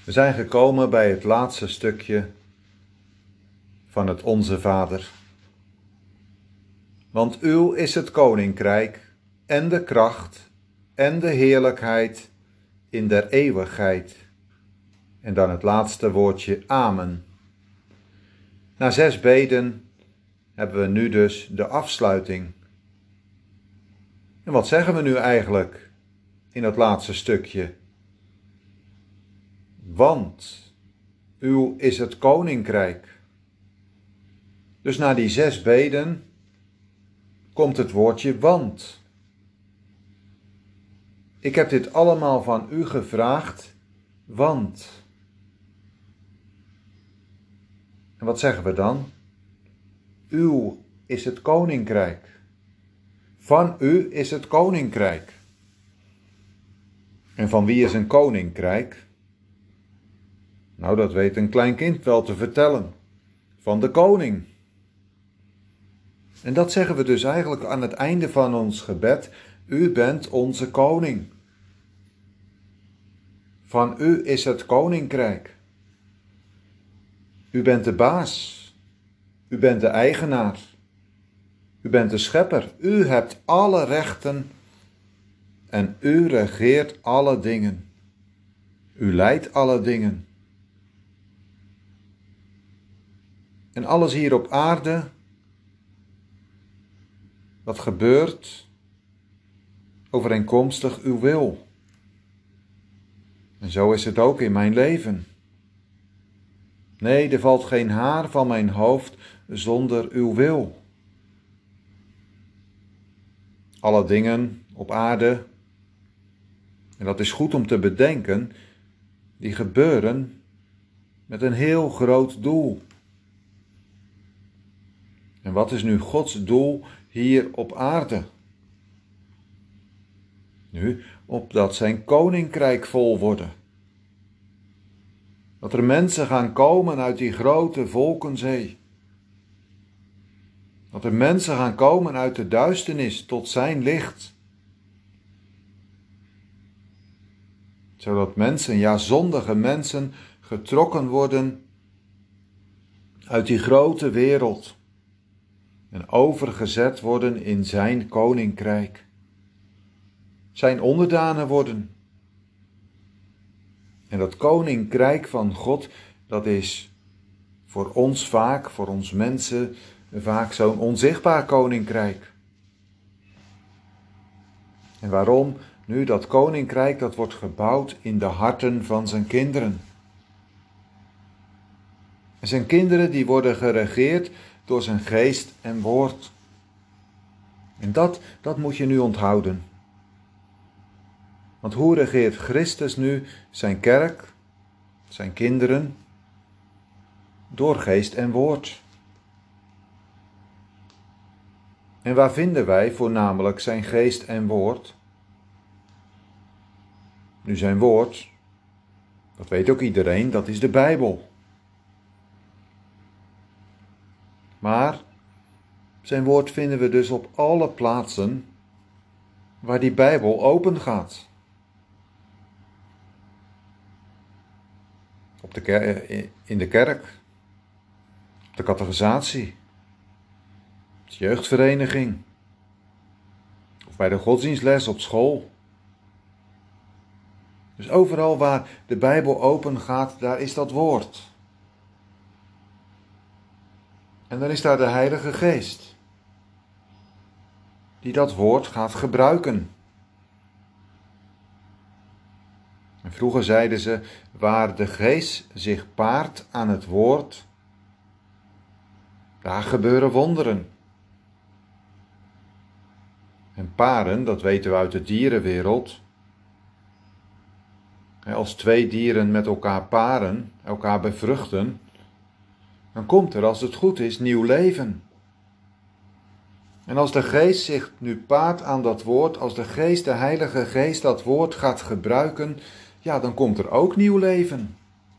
We zijn gekomen bij het laatste stukje van het Onze Vader. Want uw is het koninkrijk en de kracht en de heerlijkheid in der eeuwigheid. En dan het laatste woordje Amen. Na 6 beden hebben we nu dus de afsluiting. En wat zeggen we nu eigenlijk in dat laatste stukje? Want uw is het koninkrijk. Dus na die 6 beden komt het woordje want. Ik heb dit allemaal van u gevraagd, want. En wat zeggen we dan? Uw is het koninkrijk. Van u is het koninkrijk. En van wie is een koninkrijk? Nou, dat weet een klein kind wel te vertellen. Van de koning. En dat zeggen we dus eigenlijk aan het einde van ons gebed. U bent onze koning. Van u is het koninkrijk. U bent de baas. U bent de eigenaar. U bent de schepper. U hebt alle rechten en u regeert alle dingen. U leidt alle dingen. En alles hier op aarde, wat gebeurt, overeenkomstig uw wil. En zo is het ook in mijn leven. Nee, er valt geen haar van mijn hoofd zonder uw wil. Alle dingen op aarde, en dat is goed om te bedenken, die gebeuren met een heel groot doel. En wat is nu Gods doel hier op aarde? Nu, opdat zijn koninkrijk vol worden. Dat er mensen gaan komen uit die grote volkenzee. Dat er mensen gaan komen uit de duisternis tot zijn licht. Zodat mensen, ja zondige mensen, getrokken worden uit die grote wereld. En overgezet worden in zijn koninkrijk. Zijn onderdanen worden. En dat koninkrijk van God, dat is voor ons vaak, voor ons mensen, vaak zo'n onzichtbaar koninkrijk. En waarom? Nu, dat koninkrijk, dat wordt gebouwd in de harten van zijn kinderen. En zijn kinderen, die worden geregeerd door zijn geest en woord. En dat moet je nu onthouden. Want hoe regeert Christus nu zijn kerk, zijn kinderen? Door geest en woord. En waar vinden wij voornamelijk zijn geest en woord? Nu zijn woord, dat weet ook iedereen, dat is de Bijbel. Maar zijn woord vinden we dus op alle plaatsen waar die Bijbel open gaat. In de kerk, op de catechisatie, de jeugdvereniging, of bij de godsdienstles op school. Dus overal waar de Bijbel open gaat, daar is dat woord. En dan is daar de Heilige Geest, die dat woord gaat gebruiken. En vroeger zeiden ze, waar de Geest zich paart aan het woord, daar gebeuren wonderen. En paren, dat weten we uit de dierenwereld. Als 2 dieren met elkaar paren, elkaar bevruchten, dan komt er, als het goed is, nieuw leven. En als de Geest zich nu paart aan dat woord, als de Geest, de Heilige Geest, dat woord gaat gebruiken, ja, dan komt er ook nieuw leven.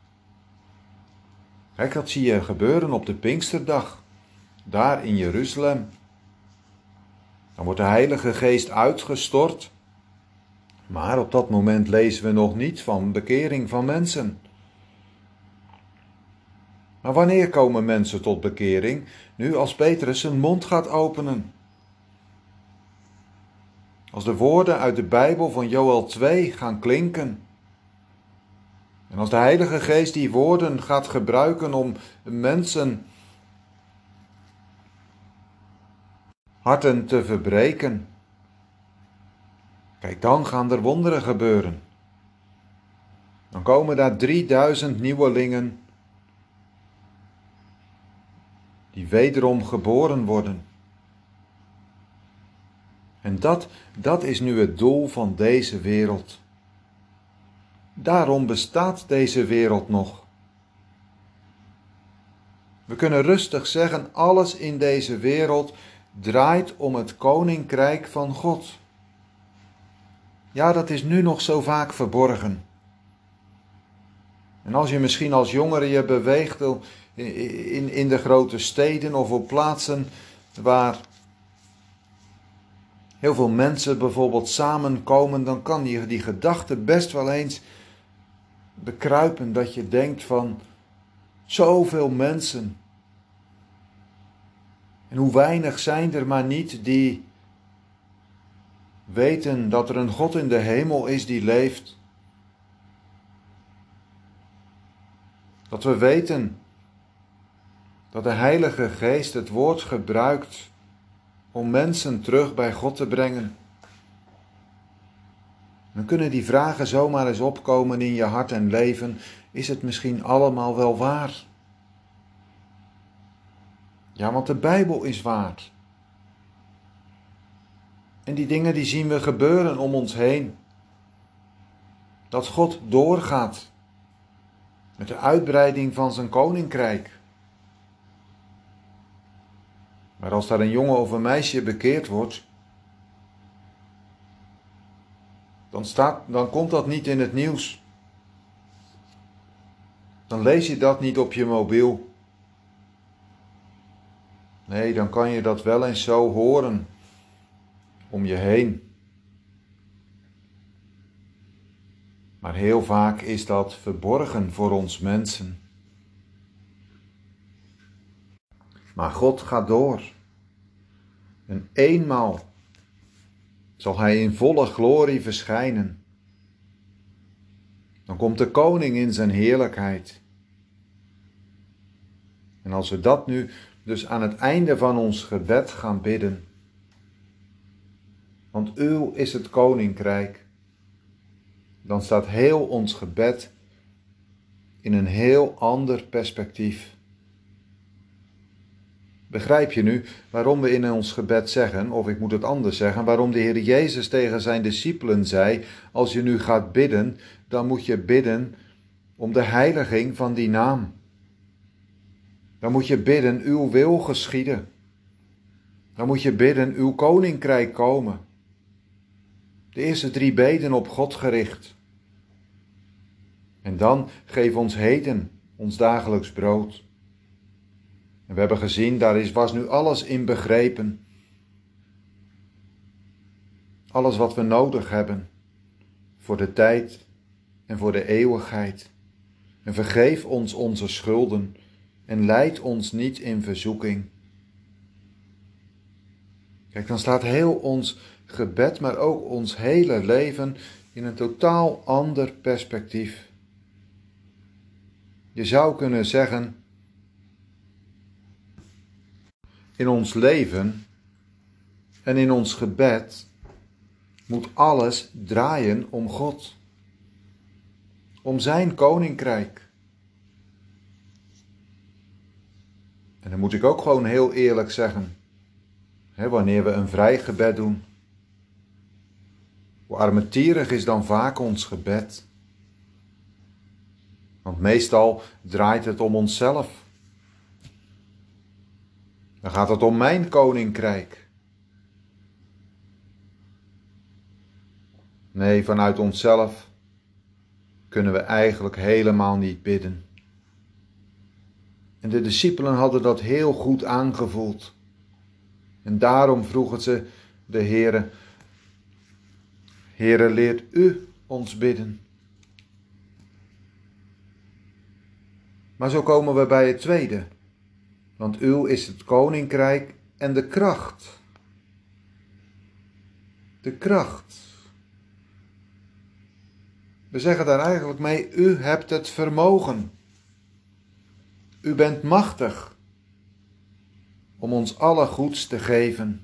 Kijk, dat zie je gebeuren op de Pinksterdag, daar in Jeruzalem. Dan wordt de Heilige Geest uitgestort, maar op dat moment lezen we nog niet van bekering van mensen. Maar wanneer komen mensen tot bekering? Nu als Petrus zijn mond gaat openen. Als de woorden uit de Bijbel van Joël 2 gaan klinken. En als de Heilige Geest die woorden gaat gebruiken om mensen harten te verbreken. Kijk, dan gaan er wonderen gebeuren. Dan komen daar 3000 nieuwelingen die wederom geboren worden. En dat is nu het doel van deze wereld. Daarom bestaat deze wereld nog. We kunnen rustig zeggen, alles in deze wereld draait om het koninkrijk van God. Ja, dat is nu nog zo vaak verborgen. En als je misschien als jongere je beweegt in de grote steden of op plaatsen waar heel veel mensen bijvoorbeeld samenkomen, dan kan die gedachte best wel eens bekruipen dat je denkt van zoveel mensen. En hoe weinig zijn er maar niet die weten dat er een God in de hemel is die leeft. Dat we weten dat de Heilige Geest het woord gebruikt om mensen terug bij God te brengen. Dan kunnen die vragen zomaar eens opkomen in je hart en leven. Is het misschien allemaal wel waar? Ja, want de Bijbel is waar. En die dingen die zien we gebeuren om ons heen. Dat God doorgaat met de uitbreiding van zijn koninkrijk. Maar als daar een jongen of een meisje bekeerd wordt, dan komt dat niet in het nieuws. Dan lees je dat niet op je mobiel. Nee, dan kan je dat wel eens zo horen om je heen. Maar heel vaak is dat verborgen voor ons mensen. Maar God gaat door. En eenmaal zal Hij in volle glorie verschijnen. Dan komt de koning in zijn heerlijkheid. En als we dat nu dus aan het einde van ons gebed gaan bidden. Want uw is het koninkrijk. Dan staat heel ons gebed in een heel ander perspectief. Begrijp je nu waarom we in ons gebed zeggen, of ik moet het anders zeggen, waarom de Heer Jezus tegen zijn discipelen zei, als je nu gaat bidden, dan moet je bidden om de heiliging van die naam. Dan moet je bidden, uw wil geschieden. Dan moet je bidden, uw koninkrijk komen. De eerste 3 beden op God gericht. En dan geef ons heden ons dagelijks brood. En we hebben gezien, was nu alles in begrepen. Alles wat we nodig hebben voor de tijd en voor de eeuwigheid. En vergeef ons onze schulden en leid ons niet in verzoeking. Kijk, dan staat heel ons gebed, maar ook ons hele leven in een totaal ander perspectief. Je zou kunnen zeggen, in ons leven en in ons gebed moet alles draaien om God. Om zijn koninkrijk. En dan moet ik ook gewoon heel eerlijk zeggen, wanneer we een vrij gebed doen, hoe armetierig is dan vaak ons gebed? Want meestal draait het om onszelf. Dan gaat het om mijn koninkrijk. Nee, vanuit onszelf kunnen we eigenlijk helemaal niet bidden. En de discipelen hadden dat heel goed aangevoeld. En daarom vroegen ze de Heere, Heere, leert u ons bidden. Maar zo komen we bij het tweede. Want uw is het koninkrijk en de kracht. De kracht. We zeggen daar eigenlijk mee, u hebt het vermogen. U bent machtig om ons alle goeds te geven.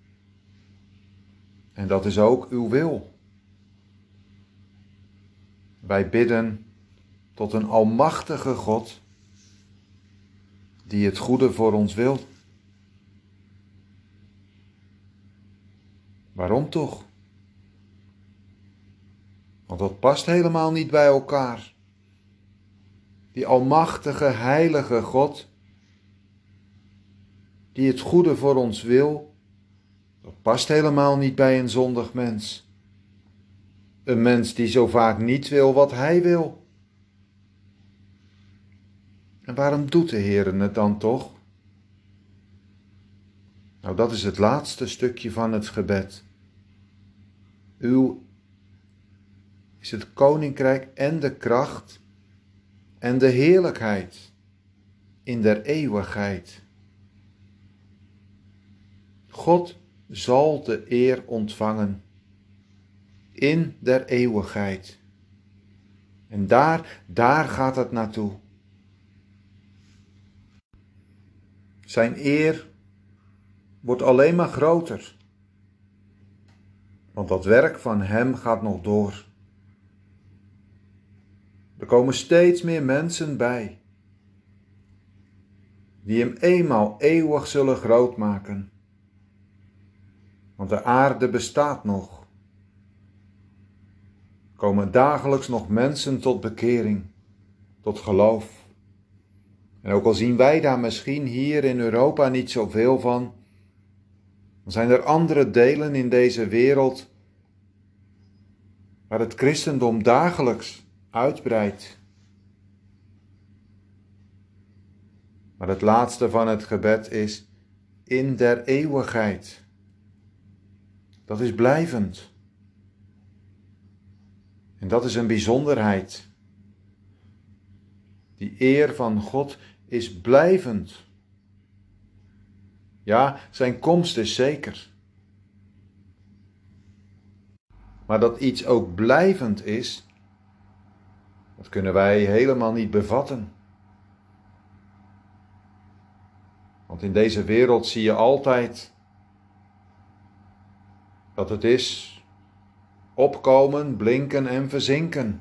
En dat is ook uw wil. Wij bidden tot een almachtige God die het goede voor ons wil. Waarom toch? Want dat past helemaal niet bij elkaar. Die almachtige, heilige God die het goede voor ons wil, dat past helemaal niet bij een zondig mens. Een mens die zo vaak niet wil wat hij wil. En waarom doet de Heer het dan toch? Nou, dat is het laatste stukje van het gebed. Uw is het koninkrijk en de kracht en de heerlijkheid in der eeuwigheid. God zal de eer ontvangen in der eeuwigheid. En daar gaat het naartoe. Zijn eer wordt alleen maar groter. Want dat werk van hem gaat nog door. Er komen steeds meer mensen bij. Die hem eenmaal eeuwig zullen grootmaken. Want de aarde bestaat nog. Er komen dagelijks nog mensen tot bekering, tot geloof. En ook al zien wij daar misschien hier in Europa niet zoveel van, dan zijn er andere delen in deze wereld waar het christendom dagelijks uitbreidt. Maar het laatste van het gebed is in der eeuwigheid. Dat is blijvend. En dat is een bijzonderheid. Die eer van God is blijvend. Ja, zijn komst is zeker. Maar dat iets ook blijvend is, dat kunnen wij helemaal niet bevatten. Want in deze wereld zie je altijd dat het is opkomen, blinken en verzinken.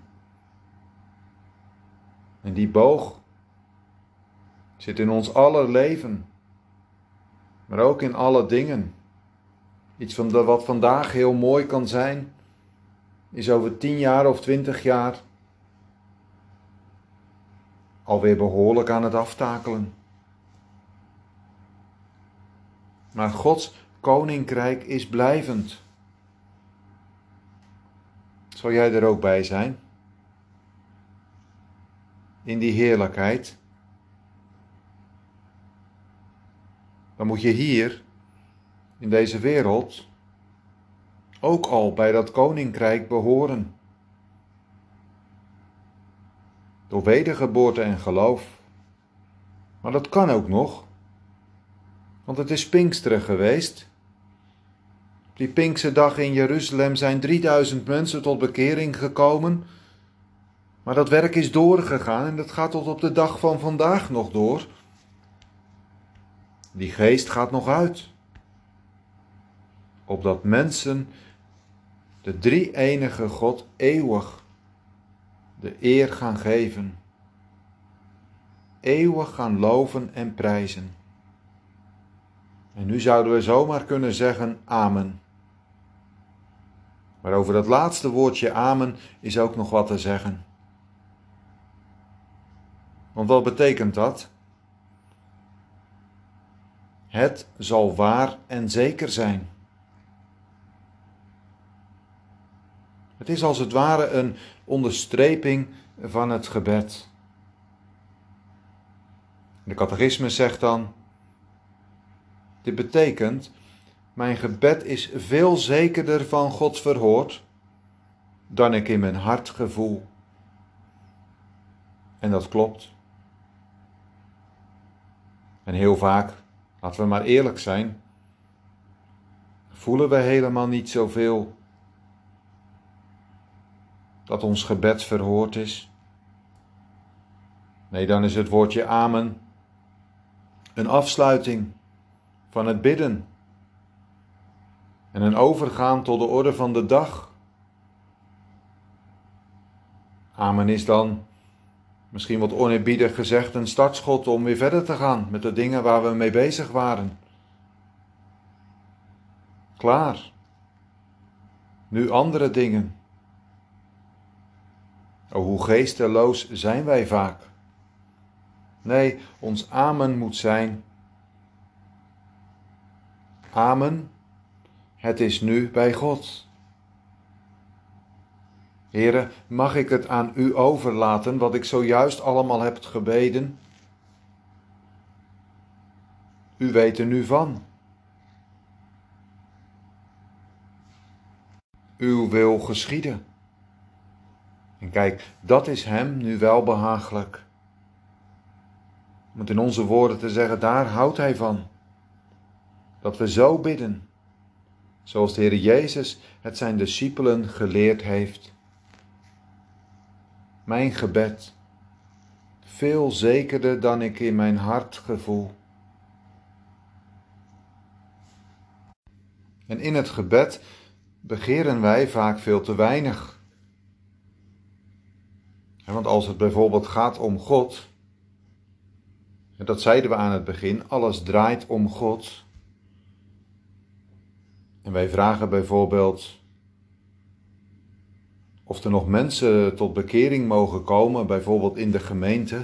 En die boog zit in ons aller leven, maar ook in alle dingen. Iets van wat vandaag heel mooi kan zijn, is over 10 jaar of 20 jaar alweer behoorlijk aan het aftakelen. Maar Gods koninkrijk is blijvend. Zal jij er ook bij zijn? In die heerlijkheid? Dan moet je hier, in deze wereld, ook al bij dat koninkrijk behoren. Door wedergeboorte en geloof. Maar dat kan ook nog. Want het is Pinksteren geweest. Op die Pinksterdag in Jeruzalem zijn 3000 mensen tot bekering gekomen. Maar dat werk is doorgegaan en dat gaat tot op de dag van vandaag nog door. Die geest gaat nog uit. Opdat mensen de drie-enige God eeuwig de eer gaan geven. Eeuwig gaan loven en prijzen. En nu zouden we zomaar kunnen zeggen amen. Maar over dat laatste woordje amen is ook nog wat te zeggen. Want wat betekent dat? Het zal waar en zeker zijn. Het is als het ware een onderstreping van het gebed. De catechismus zegt dan: dit betekent, mijn gebed is veel zekerder van God verhoord dan ik in mijn hart gevoel. En dat klopt. En heel vaak, laten we maar eerlijk zijn, voelen we helemaal niet zoveel dat ons gebed verhoord is. Nee, dan is het woordje amen een afsluiting van het bidden en een overgaan tot de orde van de dag. Amen is dan, misschien wat oneerbiedig gezegd, een startschot om weer verder te gaan met de dingen waar we mee bezig waren. Klaar. Nu andere dingen. Oh, hoe geesteloos zijn wij vaak. Nee, ons amen moet zijn: amen, het is nu bij God. Heere, mag ik het aan u overlaten wat ik zojuist allemaal heb gebeden? U weet er nu van. Uw wil geschieden. En kijk, dat is hem nu wel behagelijk. Om het in onze woorden te zeggen, daar houdt hij van. Dat we zo bidden, zoals de Heer Jezus het zijn discipelen geleerd heeft. Mijn gebed, veel zekerder dan ik in mijn hart gevoel. En in het gebed begeren wij vaak veel te weinig. Want als het bijvoorbeeld gaat om God, en dat zeiden we aan het begin, alles draait om God. En wij vragen bijvoorbeeld of er nog mensen tot bekering mogen komen, bijvoorbeeld in de gemeente.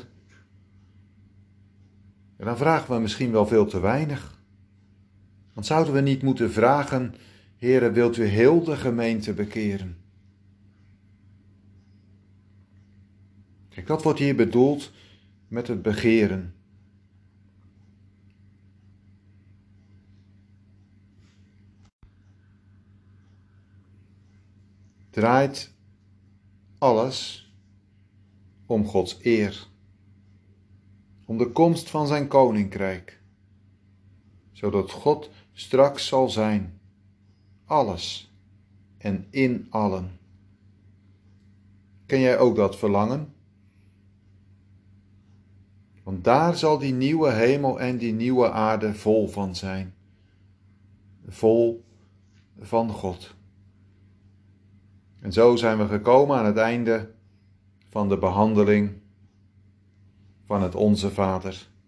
En dan vragen we misschien wel veel te weinig. Want zouden we niet moeten vragen: Heere, wilt u heel de gemeente bekeren? Kijk, dat wordt hier bedoeld met het begeren. Draait alles om Gods eer, om de komst van zijn koninkrijk, zodat God straks zal zijn, alles en in allen. Ken jij ook dat verlangen? Want daar zal die nieuwe hemel en die nieuwe aarde vol van zijn, vol van God. En zo zijn we gekomen aan het einde van de behandeling van het Onze Vader.